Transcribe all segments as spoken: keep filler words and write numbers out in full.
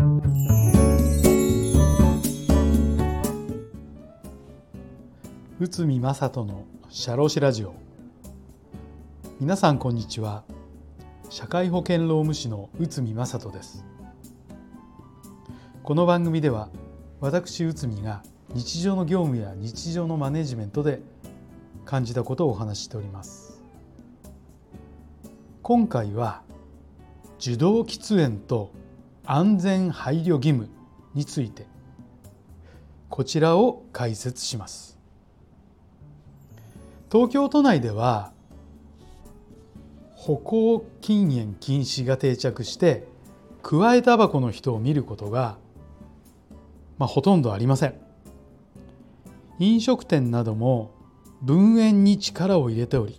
宇見正人の社労士ラジオ。皆さんこんにちは。社会保険労務士の宇見正人です。この番組では私宇見が日常の業務や日常のマネジメントで感じたことをお話ししております。今回は受動喫煙と安全配慮義務についてこちらを解説します。東京都内では歩行禁煙禁止が定着してくわえタバコの人を見ることが、まあ、ほとんどありません。飲食店なども分煙に力を入れており、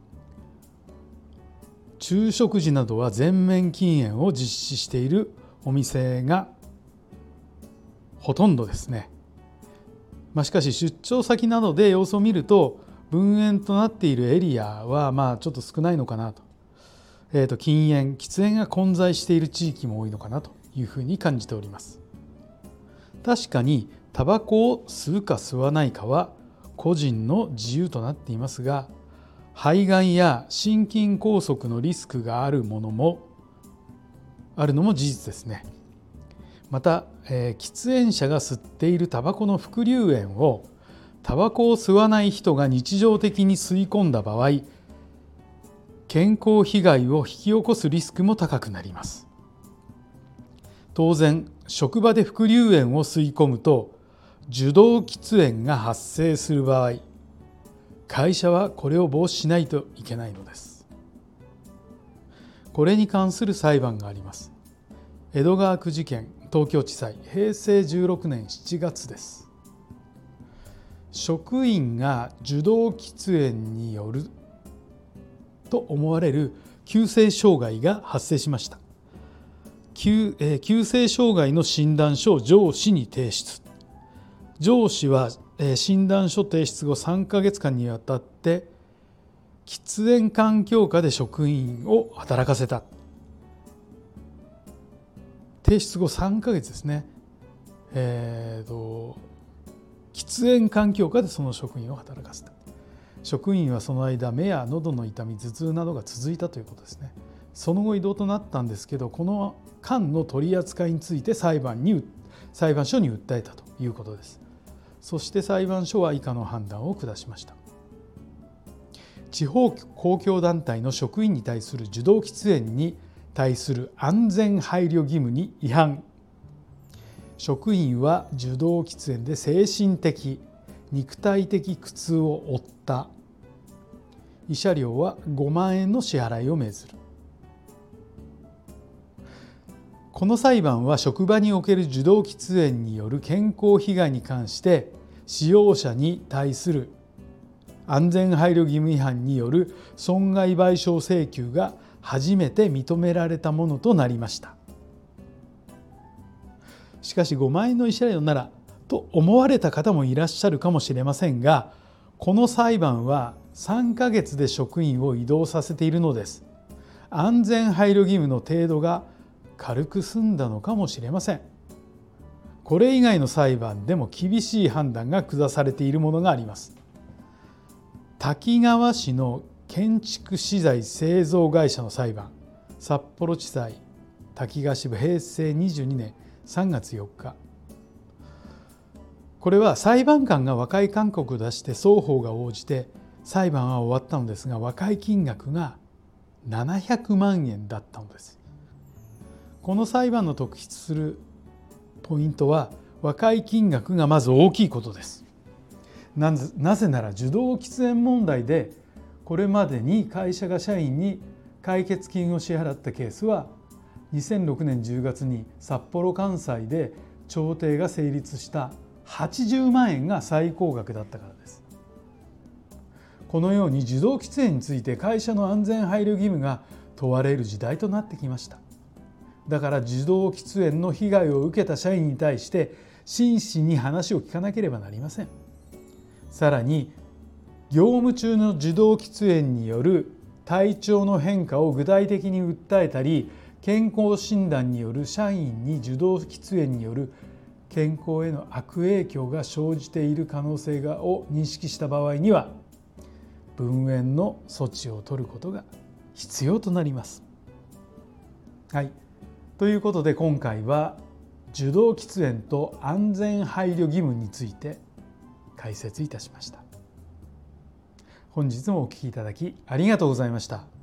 昼食時などは全面禁煙を実施しているお店がほとんどですね。まあ、しかし出張先などで様子を見ると分煙となっているエリアはまあちょっと少ないのかなと、えー、と禁煙喫煙が混在している地域も多いのかなというふうに感じております。確かにタバコを吸うか吸わないかは個人の自由となっていますが、肺がんや心筋梗塞のリスクがあるものもあるのも事実ですね。また、えー、喫煙者が吸っているタバコの副流煙をタバコを吸わない人が日常的に吸い込んだ場合、健康被害を引き起こすリスクも高くなります。当然、職場で副流煙を吸い込むと受動喫煙が発生する場合、会社はこれを防止しないといけないのです。これに関する裁判があります。江戸川区事件、東京地裁、へいせいじゅうろくねんしちがつです。職員が受動喫煙によると思われる急性障害が発生しました。 急,、えー、急性障害の診断書を上司に提出。上司は、えー、診断書提出後さんかげつかんにわたって喫煙環境下で職員を働かせた。提出後さんかげつですね。えーと喫煙環境下でその職員を働かせた。職員はその間目や喉の痛み、頭痛などが続いたということですね。その後異動となったんですけど、この間の取り扱いについて裁判に裁判所に訴えたということです。そして裁判所は以下の判断を下しました。地方公共団体の職員に対する受動喫煙に対する安全配慮義務に違反。職員は受動喫煙で精神的、肉体的苦痛を負った。慰謝料はごまんえんの支払いを命ずる。この裁判は職場における受動喫煙による健康被害に関して使用者に対する安全配慮義務違反による損害賠償請求が初めて認められたものとなりました。しかしごまんえんの慰謝料ならと思われた方もいらっしゃるかもしれませんが、この裁判はさんかげつで職員を異動させているのです。安全配慮義務の程度が軽く済んだのかもしれません。これ以外の裁判でも厳しい判断が下されているものがあります。滝川市の建築資材製造会社の裁判、札幌地裁滝川支部へいせいにじゅうにねんさんがつよっか。これは裁判官が和解勧告を出して双方が応じて裁判は終わったのですが、和解金額がななひゃくまんえんだったのです。この裁判の特筆するポイントは和解金額がまず大きいことです。なぜ、なぜなら受動喫煙問題でこれまでに会社が社員に解決金を支払ったケースはにせんろくねんじゅうがつに札幌簡裁で調停が成立したはちじゅうまんえんが最高額だったからです。このように受動喫煙について会社の安全配慮義務が問われる時代となってきました。だから受動喫煙の被害を受けた社員に対して真摯に話を聞かなければなりません。さらに業務中の受動喫煙による体調の変化を具体的に訴えたり、 健康診断による社員に受動喫煙による健康への悪影響が生じている可能性がを認識した場合には分煙の措置を取ることが必要となります。はい、ということで今回は受動喫煙と安全配慮義務について解説いたしました。本日もお聞きいただきありがとうございました。